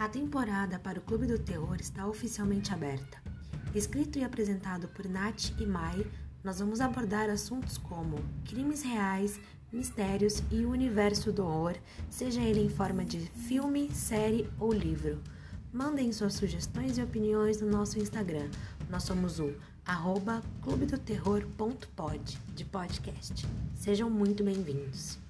A temporada para o Clube do Terror está oficialmente aberta. Escrito e apresentado por Nath e Mai, nós vamos abordar assuntos como crimes reais, mistérios e o universo do horror, seja ele em forma de filme, série ou livro. Mandem suas sugestões e opiniões no nosso Instagram. Nós somos o @clubedoterror.pod, de podcast. Sejam muito bem-vindos.